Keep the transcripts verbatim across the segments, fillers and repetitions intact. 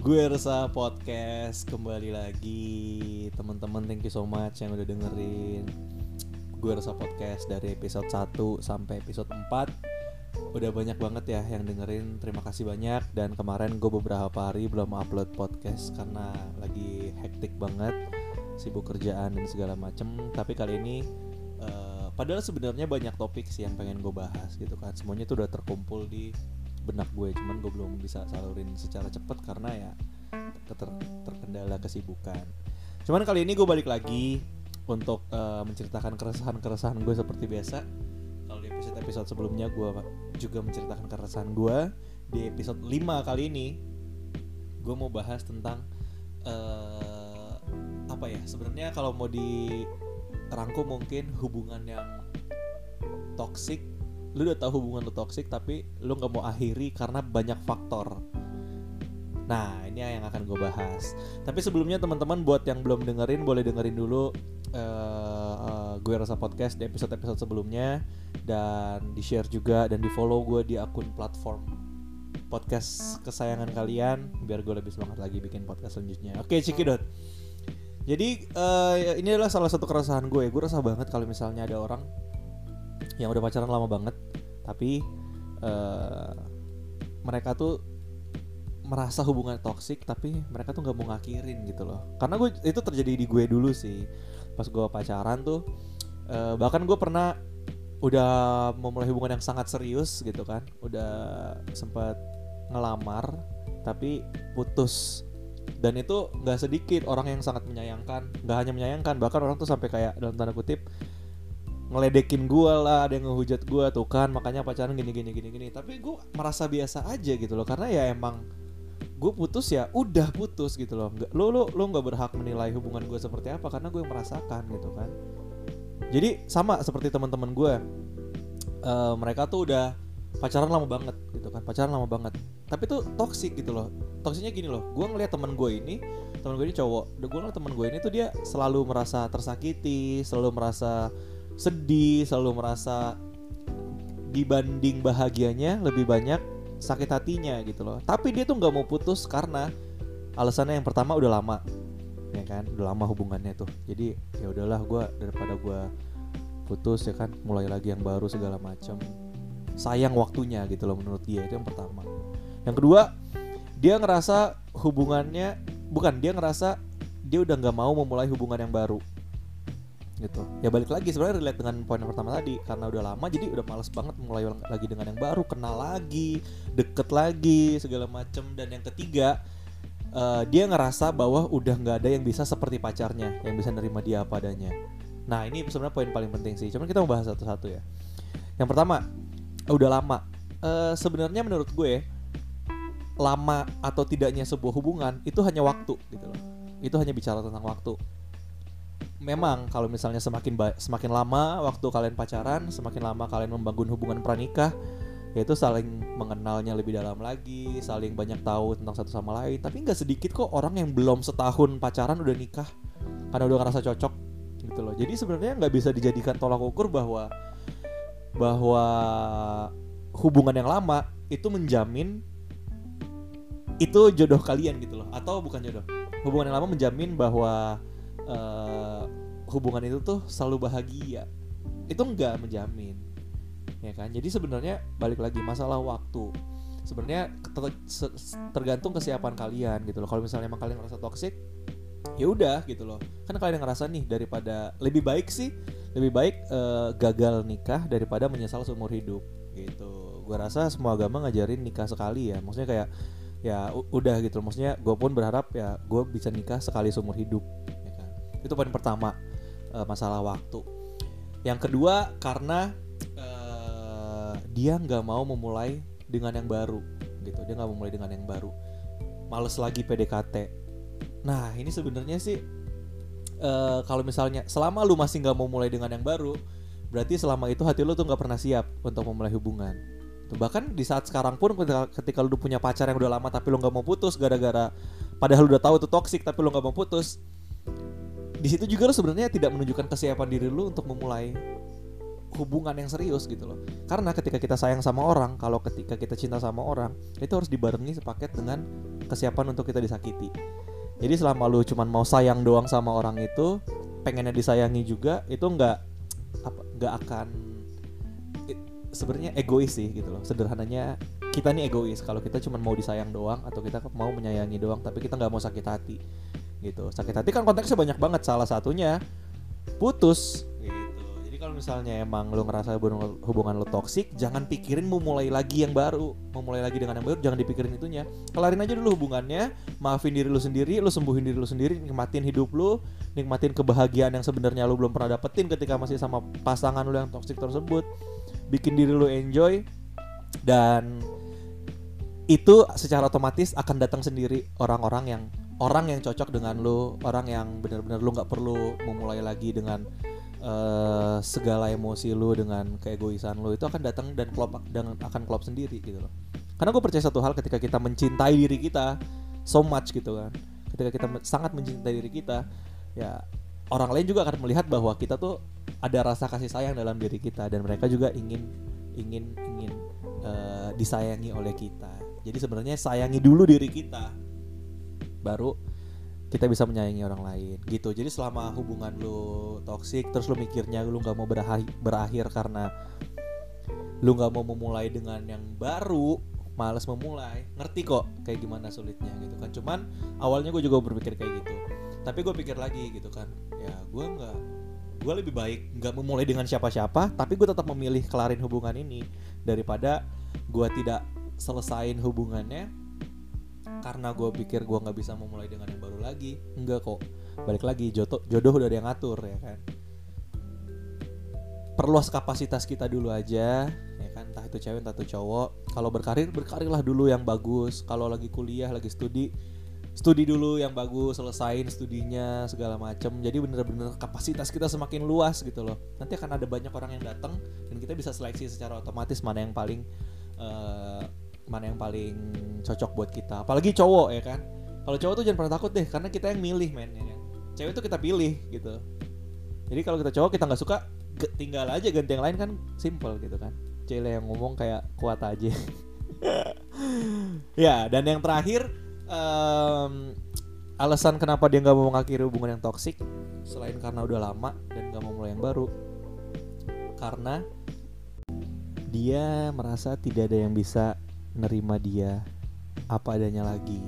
Gue Resa Podcast kembali lagi. Teman-teman, thank you so much yang udah dengerin Gue Resa Podcast dari episode satu sampai episode empat. Udah banyak banget ya yang dengerin. Terima kasih banyak. Dan kemarin gue beberapa hari belum upload podcast karena lagi hektik banget, sibuk kerjaan dan segala macem. Tapi kali ini uh, padahal sebenarnya banyak topik sih yang pengen gue bahas gitu kan. Semuanya tuh udah terkumpul di benak gue, cuman gue belum bisa salurin secara cepet karena ya ter- terkendala kesibukan. Cuman kali ini gue balik lagi untuk uh, menceritakan keresahan-keresahan gue seperti biasa. Kalau di episode-episode sebelumnya gue juga menceritakan keresahan gue. Di episode lima kali ini gue mau bahas tentang uh, apa ya, sebenarnya kalau mau dirangkum mungkin hubungan yang toksik. Lu udah tahu hubungan lu toksik tapi lu gak mau akhiri karena banyak faktor. Nah, ini yang akan gue bahas. Tapi sebelumnya teman-teman, buat yang belum dengerin, boleh dengerin dulu uh, uh, Gue Resa Podcast di episode-episode sebelumnya. Dan di share juga dan di follow gue di akun platform podcast kesayangan kalian, biar gue lebih semangat lagi bikin podcast selanjutnya. Oke, cekidot. Jadi uh, ini adalah salah satu keresahan gue. Gue resah banget kalau misalnya ada orang yang udah pacaran lama banget tapi uh, mereka tuh merasa hubungan toksik tapi mereka tuh nggak mau ngakhirin gitu loh. Karena gue itu terjadi di gue dulu sih pas gue pacaran tuh, uh, bahkan gue pernah udah memulai hubungan yang sangat serius gitu kan, udah sempat ngelamar tapi putus. Dan itu nggak sedikit orang yang sangat menyayangkan, nggak hanya menyayangkan, bahkan orang tuh sampai kayak dalam tanda kutip ngeledekin gue lah, ada yang ngehujat gue tuh kan, makanya pacaran gini gini gini gini. Tapi gue merasa biasa aja gitu loh, karena ya emang gue putus ya udah putus gitu loh. Nggak, lo lo lo nggak berhak menilai hubungan gue seperti apa karena gue yang merasakan gitu kan. Jadi sama seperti teman-teman gue, uh, mereka tuh udah pacaran lama banget gitu kan, pacaran lama banget. Tapi tuh toksik gitu loh. Toksiknya gini loh, gue ngeliat teman gue ini, teman gue ini cowok, gue ngeliat teman gue ini tuh dia selalu merasa tersakiti, selalu merasa sedih, selalu merasa dibanding bahagianya lebih banyak sakit hatinya gitu loh. Tapi dia tuh nggak mau putus karena alasannya yang pertama udah lama, ya kan, udah lama hubungannya tuh. Jadi ya udahlah, gue daripada gue putus ya kan, mulai lagi yang baru segala macam. Sayang waktunya gitu loh menurut dia, itu yang pertama. Yang kedua, dia ngerasa hubungannya bukan dia ngerasa dia udah nggak mau memulai hubungan yang baru gitu. Ya balik lagi sebenarnya relate dengan poin yang pertama tadi, karena udah lama jadi udah males banget mulai lagi dengan yang baru, kenal lagi, deket lagi segala macem. Dan yang ketiga, uh, dia ngerasa bahwa udah nggak ada yang bisa seperti pacarnya, yang bisa nerima dia apa adanya. Nah ini sebenarnya poin paling penting sih, cuman kita mau bahas satu-satu ya. Yang pertama, udah lama. Uh, sebenarnya menurut gue, lama atau tidaknya sebuah hubungan itu hanya waktu gitu loh. Itu hanya bicara tentang waktu. Memang kalau misalnya semakin ba- semakin lama waktu kalian pacaran, semakin lama kalian membangun hubungan pranikah, yaitu saling mengenalnya lebih dalam lagi, saling banyak tahu tentang satu sama lain. Tapi nggak sedikit kok orang yang belum setahun pacaran udah nikah karena udah ngerasa cocok gitu loh. Jadi sebenarnya nggak bisa dijadikan tolak ukur bahwa bahwa hubungan yang lama itu menjamin itu jodoh kalian gitu loh, atau bukan jodoh. Hubungan yang lama menjamin bahwa Uh, hubungan itu tuh selalu bahagia. Itu enggak menjamin, ya kan. Jadi sebenarnya balik lagi masalah waktu. Sebenarnya ter- tergantung kesiapan kalian gitu loh. Kalau misalnya emang kalian ngerasa toksik, ya udah gitu loh. Kan kalian ngerasa nih, daripada lebih baik sih, lebih baik uh, gagal nikah daripada menyesal seumur hidup gitu. Gua rasa semua agama ngajarin nikah sekali ya. Maksudnya kayak ya u- udah gitu. Maksudnya gue pun berharap ya gue bisa nikah sekali seumur hidup. Itu poin pertama, uh, masalah waktu. Yang kedua, karena uh, dia nggak mau memulai dengan yang baru gitu. Dia nggak mau memulai dengan yang baru, males lagi P D K T. Nah ini sebenarnya sih uh, kalau misalnya selama lu masih nggak mau mulai dengan yang baru, berarti selama itu hati lu tuh nggak pernah siap untuk memulai hubungan. Tuh, bahkan di saat sekarang pun ketika, ketika lu udah punya pacar yang udah lama tapi lu nggak mau putus gara-gara padahal lu udah tahu itu toksik tapi lu nggak mau putus, di situ juga lo sebenarnya tidak menunjukkan kesiapan diri lo untuk memulai hubungan yang serius gitu loh. Karena ketika kita sayang sama orang, kalau ketika kita cinta sama orang, itu harus dibarengi sepaket dengan kesiapan untuk kita disakiti. Jadi selama lu cuman mau sayang doang sama orang itu, pengennya disayangi juga, itu nggak apa nggak akan sebenarnya egois sih gitu loh. Sederhananya kita nih egois kalau kita cuma mau disayang doang atau kita mau menyayangi doang tapi kita nggak mau sakit hati gitu. Sakit hati kan konteksnya banyak banget, salah satunya putus gitu. Jadi kalau misalnya emang lo ngerasa hubungan, hubungan lo toksik, jangan pikirin mau mulai lagi yang baru, mau mulai lagi dengan yang baru, jangan dipikirin itunya. Kelarin aja dulu hubungannya, maafin diri lo sendiri, lo sembuhin diri lo sendiri, nikmatin hidup lo, nikmatin kebahagiaan yang sebenarnya lo belum pernah dapetin ketika masih sama pasangan lo yang toksik tersebut. Bikin diri lo enjoy, dan itu secara otomatis akan datang sendiri orang-orang yang orang yang cocok dengan lo, orang yang benar-benar lo nggak perlu memulai lagi dengan uh, segala emosi lo, dengan keegoisan lo, itu akan datang dan klop dan akan klop sendiri gitu loh. Karena gue percaya satu hal, ketika kita mencintai diri kita so much gitu kan, ketika kita sangat mencintai diri kita, ya orang lain juga akan melihat bahwa kita tuh ada rasa kasih sayang dalam diri kita, dan mereka juga ingin ingin ingin uh, disayangi oleh kita. Jadi sebenarnya sayangi dulu diri kita, baru kita bisa menyayangi orang lain gitu. Jadi selama hubungan lu toksik, terus lu mikirnya lu nggak mau berakhir, berakhir karena lu nggak mau memulai dengan yang baru, malas memulai, ngerti kok kayak gimana sulitnya gitu kan. Cuman awalnya gue juga berpikir kayak gitu, tapi gue pikir lagi gitu kan, ya gue nggak gue lebih baik nggak memulai dengan siapa-siapa, tapi gue tetap memilih kelarin hubungan ini daripada gue tidak selesain hubungannya karena gue pikir gue nggak bisa memulai dengan yang baru lagi. Enggak kok, balik lagi jodoh jodoh udah ada yang ngatur ya kan. Perluas kapasitas kita dulu aja ya kan, entah itu cewek entah itu cowok. Kalau berkarir, berkarirlah dulu yang bagus. Kalau lagi kuliah, lagi studi, studi dulu yang bagus, selesain studinya segala macem. Jadi bener-bener kapasitas kita semakin luas gitu loh. Nanti akan ada banyak orang yang datang dan kita bisa seleksi secara otomatis mana yang paling uh, mana yang paling cocok buat kita. Apalagi cowok ya kan. Kalau cowok tuh jangan pernah takut deh, karena kita yang milih men ya kan? Cewek tuh kita pilih gitu. Jadi kalau kita cowok kita nggak suka, tinggal aja ganti yang lain kan, simple gitu kan. Cile yang ngomong kayak kuat aja. Ya, dan yang terakhir, um, alasan kenapa dia nggak mau mengakhiri hubungan yang toksik selain karena udah lama dan nggak mau mulai yang baru, karena dia merasa tidak ada yang bisa nerima dia apa adanya lagi.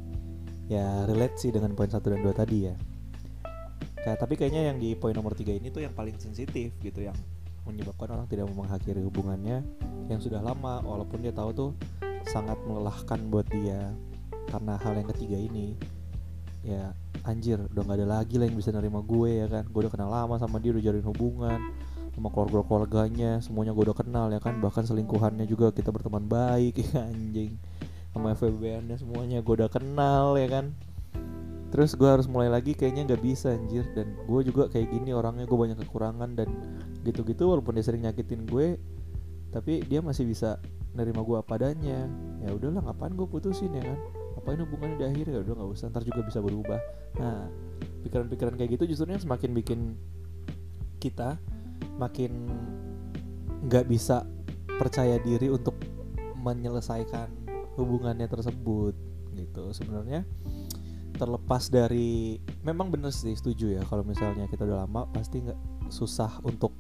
Ya relate sih dengan poin satu dan dua tadi ya. Kayak, tapi kayaknya yang di poin nomor tiga ini tuh yang paling sensitif gitu, yang menyebabkan orang tidak mau mengakhiri hubungannya yang sudah lama walaupun dia tahu tuh sangat melelahkan buat dia. Karena hal yang ketiga ini, ya anjir udah gak ada lagi lah yang bisa nerima gue ya kan. Gue udah kenal lama sama dia, udah jalin hubungan sama keluarga-keluarganya, semuanya gue udah kenal ya kan. Bahkan selingkuhannya juga kita berteman baik ya anjing. Sama F W B-annya semuanya gue udah kenal ya kan. Terus gue harus mulai lagi, kayaknya gak bisa anjir. Dan gue juga kayak gini orangnya, gue banyak kekurangan dan gitu-gitu. Walaupun dia sering nyakitin gue, tapi dia masih bisa nerima gue apa adanya. Ya udahlah, ngapain gue putusin ya kan. Ngapain hubungannya di akhir, ya udah gak usah, ntar juga bisa berubah. Nah pikiran-pikiran kayak gitu justru yang semakin bikin kita makin gak bisa percaya diri untuk menyelesaikan hubungannya tersebut gitu. Sebenarnya terlepas dari, memang bener sih, setuju ya, kalau misalnya kita udah lama pasti nggak susah untuk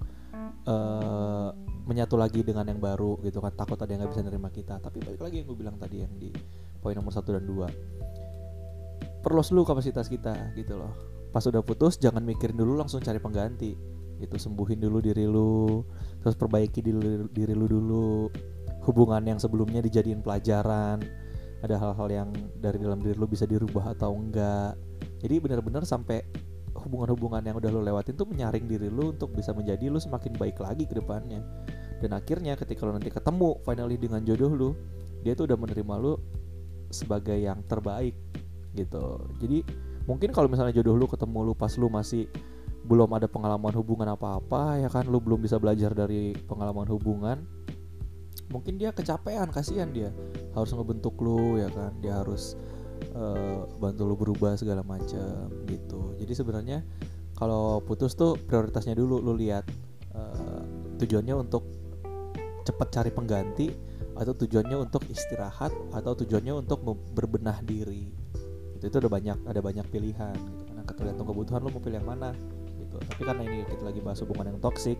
uh, menyatu lagi dengan yang baru gitu kan, takut ada yang nggak bisa nerima kita. Tapi balik lagi yang gue bilang tadi yang di poin nomor satu dan dua, perluas dulu kapasitas kita gitu loh. Pas udah putus jangan mikirin dulu langsung cari pengganti gitu, sembuhin dulu diri lu, terus perbaiki diri, diri lu dulu. Hubungan yang sebelumnya dijadiin pelajaran, ada hal-hal yang dari dalam diri lu bisa dirubah atau enggak. Jadi benar-benar sampai hubungan-hubungan yang udah lu lewatin tuh menyaring diri lu untuk bisa menjadi lu semakin baik lagi ke depannya. Dan akhirnya ketika lu nanti ketemu finally dengan jodoh lu, dia tuh udah menerima lu sebagai yang terbaik gitu. Jadi mungkin kalau misalnya jodoh lu ketemu lu pas lu masih belum ada pengalaman hubungan apa-apa ya kan, lu belum bisa belajar dari pengalaman hubungan, mungkin dia kecapean, kasihan dia harus ngebentuk lu ya kan, dia harus uh, bantu lu berubah segala macam gitu. Jadi sebenarnya kalau putus tuh prioritasnya dulu lu lihat uh, tujuannya untuk cepat cari pengganti, atau tujuannya untuk istirahat, atau tujuannya untuk berbenah diri. Itu itu udah banyak, ada banyak pilihan gitu. Karena tergantung kebutuhan lo mau pilih yang mana gitu. Tapi karena ini kita lagi bahas hubungan yang toksik,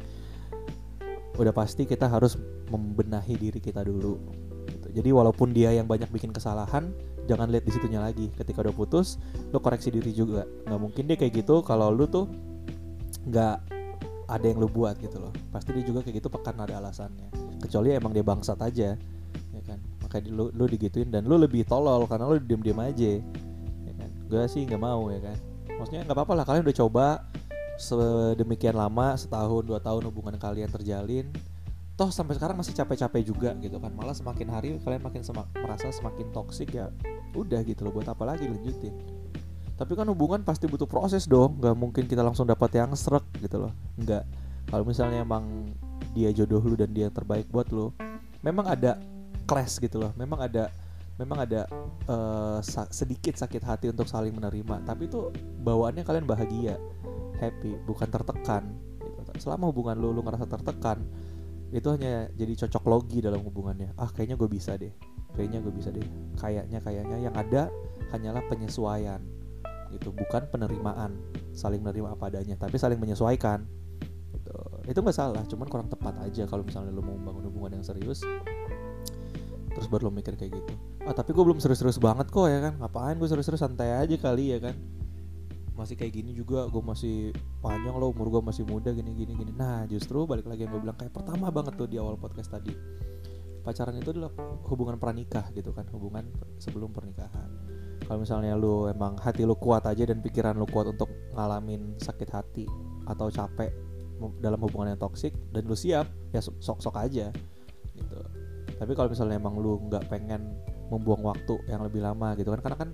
udah pasti kita harus membenahi diri kita dulu gitu. Jadi walaupun dia yang banyak bikin kesalahan, jangan lihat di situnya lagi. Ketika udah putus, lo koreksi diri juga. Nggak mungkin dia kayak gitu kalau lo tuh nggak ada yang lo buat gitu loh. Pasti dia juga kayak gitu karena ada alasannya. Kecuali emang dia bangsat aja, ya kan. Makanya lo lo digituin dan lo lebih tolol karena lo diem-diem aja, ya kan. Gue sih nggak mau, ya kan. Maksudnya nggak apa-apa lah, kalian udah coba sedemikian lama, setahun dua tahun hubungan kalian terjalin, toh sampai sekarang masih capek-capek juga gitu kan. Malah semakin hari kalian makin semak, merasa semakin toksik, ya udah gitu loh, buat apa lagi lanjutin. Tapi kan hubungan pasti butuh proses dong, nggak mungkin kita langsung dapat yang srek gitu loh, nggak. Kalau misalnya emang dia jodoh lu dan dia yang terbaik buat lu, memang ada clash gitu loh, memang ada memang ada uh, sa- sedikit sakit hati untuk saling menerima, tapi itu bawaannya kalian bahagia, happy, bukan tertekan gitu. Selama hubungan lu lu ngerasa tertekan, itu hanya jadi cocok logi dalam hubungannya. Ah kayaknya gue bisa deh, kayaknya gue bisa deh, kayaknya kayaknya yang ada hanyalah penyesuaian gitu, bukan penerimaan, saling menerima apa adanya, tapi saling menyesuaikan gitu. Itu nggak salah, cuman kurang tepat aja kalau misalnya lu mau membangun hubungan yang serius terus baru lo mikir kayak gitu. Ah tapi gue belum serius-serius banget kok, ya kan. Ngapain gue serius-serius, santai aja kali, ya kan. Masih kayak gini juga, gue masih panjang loh, umur gue masih muda, gini gini gini. Nah justru balik lagi yang gue bilang kayak pertama banget tuh di awal podcast tadi, pacaran itu adalah hubungan pranikah gitu kan, hubungan sebelum pernikahan. Kalau misalnya lu emang hati lu kuat aja dan pikiran lu kuat untuk ngalamin sakit hati atau capek dalam hubungan yang toksik dan lu siap, ya sok-sok aja gitu. Tapi kalau misalnya emang lu nggak pengen membuang waktu yang lebih lama gitu kan, karena kan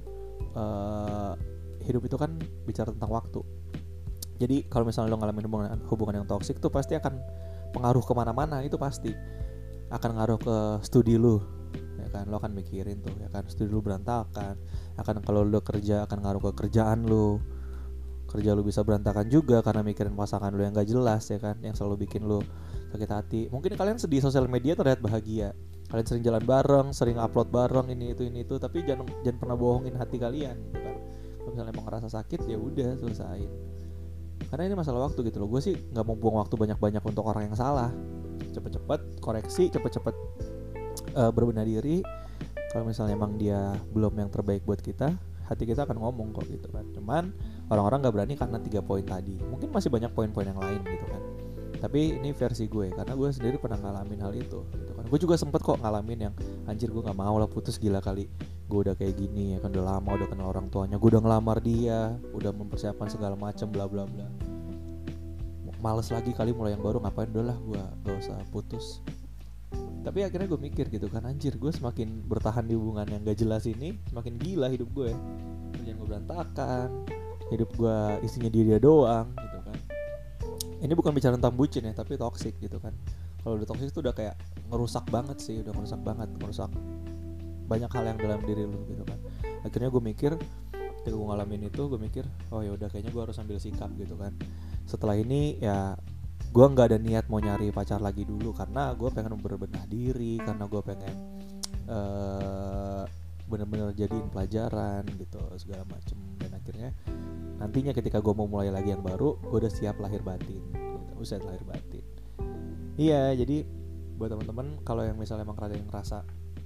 uh, hidup itu kan bicara tentang waktu. Jadi kalau misalnya lo ngalamin hubungan, hubungan yang toksik tuh pasti akan pengaruh kemana-mana, itu pasti akan ngaruh ke studi lo, ya kan. Lo akan mikirin tuh, ya kan, studi lo berantakan. Akan kalau lo kerja akan ngaruh ke kerjaan lo, kerja lo bisa berantakan juga karena mikirin pasangan lo yang gak jelas, ya kan, yang selalu bikin lo sakit hati. Mungkin kalian sedih sosial media terlihat bahagia, kalian sering jalan bareng, sering upload bareng, ini itu ini itu, tapi jangan jangan pernah bohongin hati kalian gitu kan. Kalau misalnya emang ngerasa sakit, ya udah selesain. Karena ini masalah waktu gitu loh. Gue sih nggak mau buang waktu banyak-banyak untuk orang yang salah. Cepet-cepet koreksi, cepet-cepet uh, berbenah diri. Kalau misalnya emang dia belum yang terbaik buat kita, hati kita akan ngomong kok gitu kan. Cuman orang-orang nggak berani karena tiga poin tadi. Mungkin masih banyak poin-poin yang lain gitu kan. Tapi ini versi gue, karena gue sendiri pernah ngalamin hal itu gitu kan. Gue juga sempet kok ngalamin yang anjir gue nggak mau lah putus, gila kali gue udah kayak gini, ya kan, udah lama udah kenal orang tuanya, gue udah ngelamar dia, udah mempersiapkan segala macam bla bla bla, males lagi kali mulai yang baru, ngapain, udahlah gue gak usah putus. Tapi akhirnya gue mikir gitu kan, anjir gue semakin bertahan di hubungan yang gak jelas ini, semakin gila hidup gue, kerjaan gue berantakan, hidup gue isinya dia doang gitu kan. Ini bukan bicara tentang bucin ya, tapi toxic gitu kan. Kalau udah toxic itu udah kayak ngerusak banget sih, udah ngerusak banget, ngerusak banyak hal yang dalam diri lu gitu kan. Akhirnya gue mikir, ketika gue ngalamin itu, gue mikir, oh ya udah kayaknya gue harus ambil sikap gitu kan. Setelah ini ya gue nggak ada niat mau nyari pacar lagi dulu, karena gue pengen berbenah diri, karena gue pengen uh, bener-bener jadiin pelajaran gitu segala macem. Dan akhirnya nantinya ketika gue mau mulai lagi yang baru, gue udah siap lahir batin gitu. Udah lahir batin. Iya, jadi buat teman-teman kalau yang misalnya emang ada yang ngerasa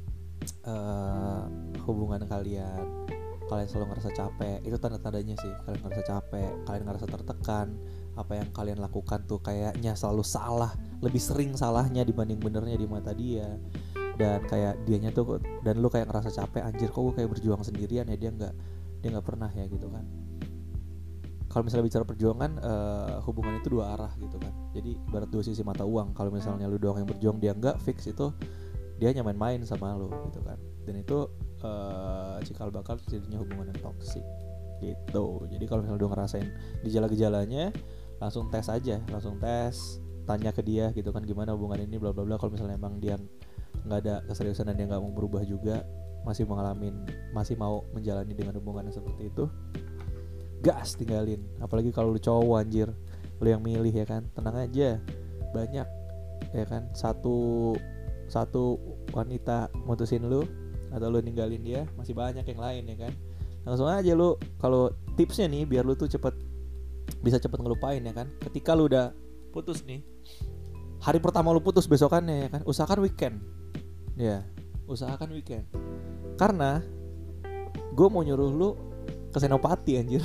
Uh, hubungan kalian, kalian selalu ngerasa capek, itu tanda-tandanya sih kalian ngerasa capek, kalian ngerasa tertekan. Apa yang kalian lakukan tuh kayaknya selalu salah, lebih sering salahnya dibanding benernya di mata dia. Dan kayak dianya tuh, dan lu kayak ngerasa capek, anjir kok gue kayak berjuang sendirian ya, dia nggak dia nggak pernah ya gitu kan. Kalau misalnya bicara perjuangan, uh, hubungan itu dua arah gitu kan. Jadi ibarat dua sisi mata uang. Kalau misalnya lu doang yang berjuang, dia nggak, fix itu dia nyaman main sama lo gitu kan. Dan itu uh, cikal bakal jadinya hubungan yang toksik gitu. Jadi kalau misalnya udah ngerasain gejala-gejalanya, langsung tes aja, langsung tes, tanya ke dia gitu kan, gimana hubungan ini bla bla bla. Kalau misalnya emang dia nggak ada keseriusan dan dia nggak mau berubah juga, masih mengalami, masih mau menjalani dengan hubungan yang seperti itu, gas tinggalin. Apalagi kalau lu cowok, anjir, lu yang milih ya kan, tenang aja, banyak ya kan, satu satu wanita mutusin lu atau lu ninggalin dia, masih banyak yang lain ya kan. Langsung aja lu, kalau tipsnya nih biar lu tuh cepet bisa cepet ngelupain ya kan, ketika lu udah putus nih, hari pertama lu putus besokannya ya kan, usahakan weekend ya, usahakan weekend. Karena gue mau nyuruh lu ke Senopati anjir.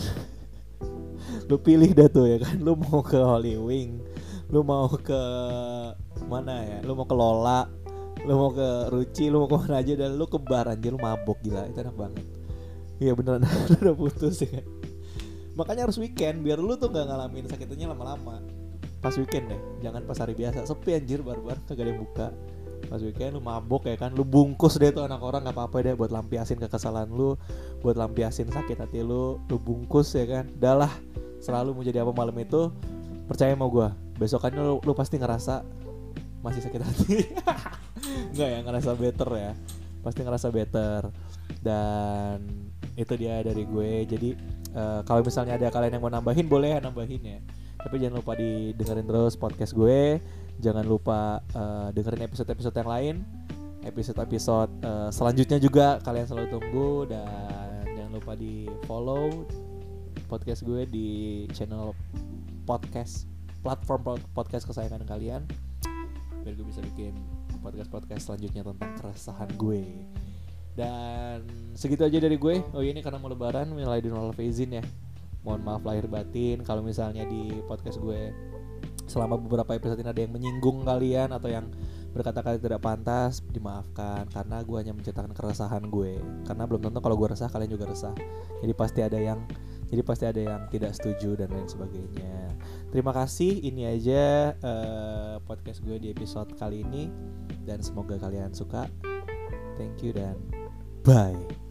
Lu pilih dah tuh ya kan, lu mau ke Holy Wing, lu mau ke mana ya, lu mau ke Lola, lu mau ke Ruci, lu mau ke mana aja, dan lu ke bar anjir, lu mabok, gila itu enak banget. Iya beneran. Lu udah putus ya kan, makanya harus weekend biar lu tuh gak ngalamin sakitnya lama-lama. Pas weekend deh, jangan pas hari biasa, sepi anjir, bar-bar kagak ada yang buka. Pas weekend lu mabok ya kan, lu bungkus deh tuh anak orang, gak apa-apa deh, buat lampiasin kekesalan lu, buat lampiasin sakit hati lu, lu bungkus ya kan. Dah lah, selalu mau jadi apa malam itu, percaya sama gue, besokannya lu, lu pasti ngerasa masih sakit hati. Enggak ya, ngerasa better ya, pasti ngerasa better. Dan itu dia dari gue. Jadi uh, kalau misalnya ada kalian yang mau nambahin, boleh ya nambahin ya, tapi jangan lupa didengerin terus podcast gue. Jangan lupa uh, dengerin episode-episode yang lain, episode-episode uh, selanjutnya juga kalian selalu tunggu. Dan jangan lupa di follow podcast gue di channel podcast, platform podcast kesayangan kalian, biar gue bisa bikin podcast-podcast selanjutnya tentang keresahan gue. Dan segitu aja dari gue. Oh iya, ini karena mau lebaran, minal aidin wal faizin ya, mohon maaf lahir batin kalau misalnya di podcast gue selama beberapa episode ini ada yang menyinggung kalian atau yang berkata-kata tidak pantas, dimaafkan, karena gue hanya menceritakan keresahan gue. Karena belum tentu kalau gue resah kalian juga resah. Jadi pasti ada yang jadi pasti ada yang tidak setuju dan lain sebagainya. Terima kasih, ini aja uh, podcast gue di episode kali ini, dan semoga kalian suka. Thank you dan bye.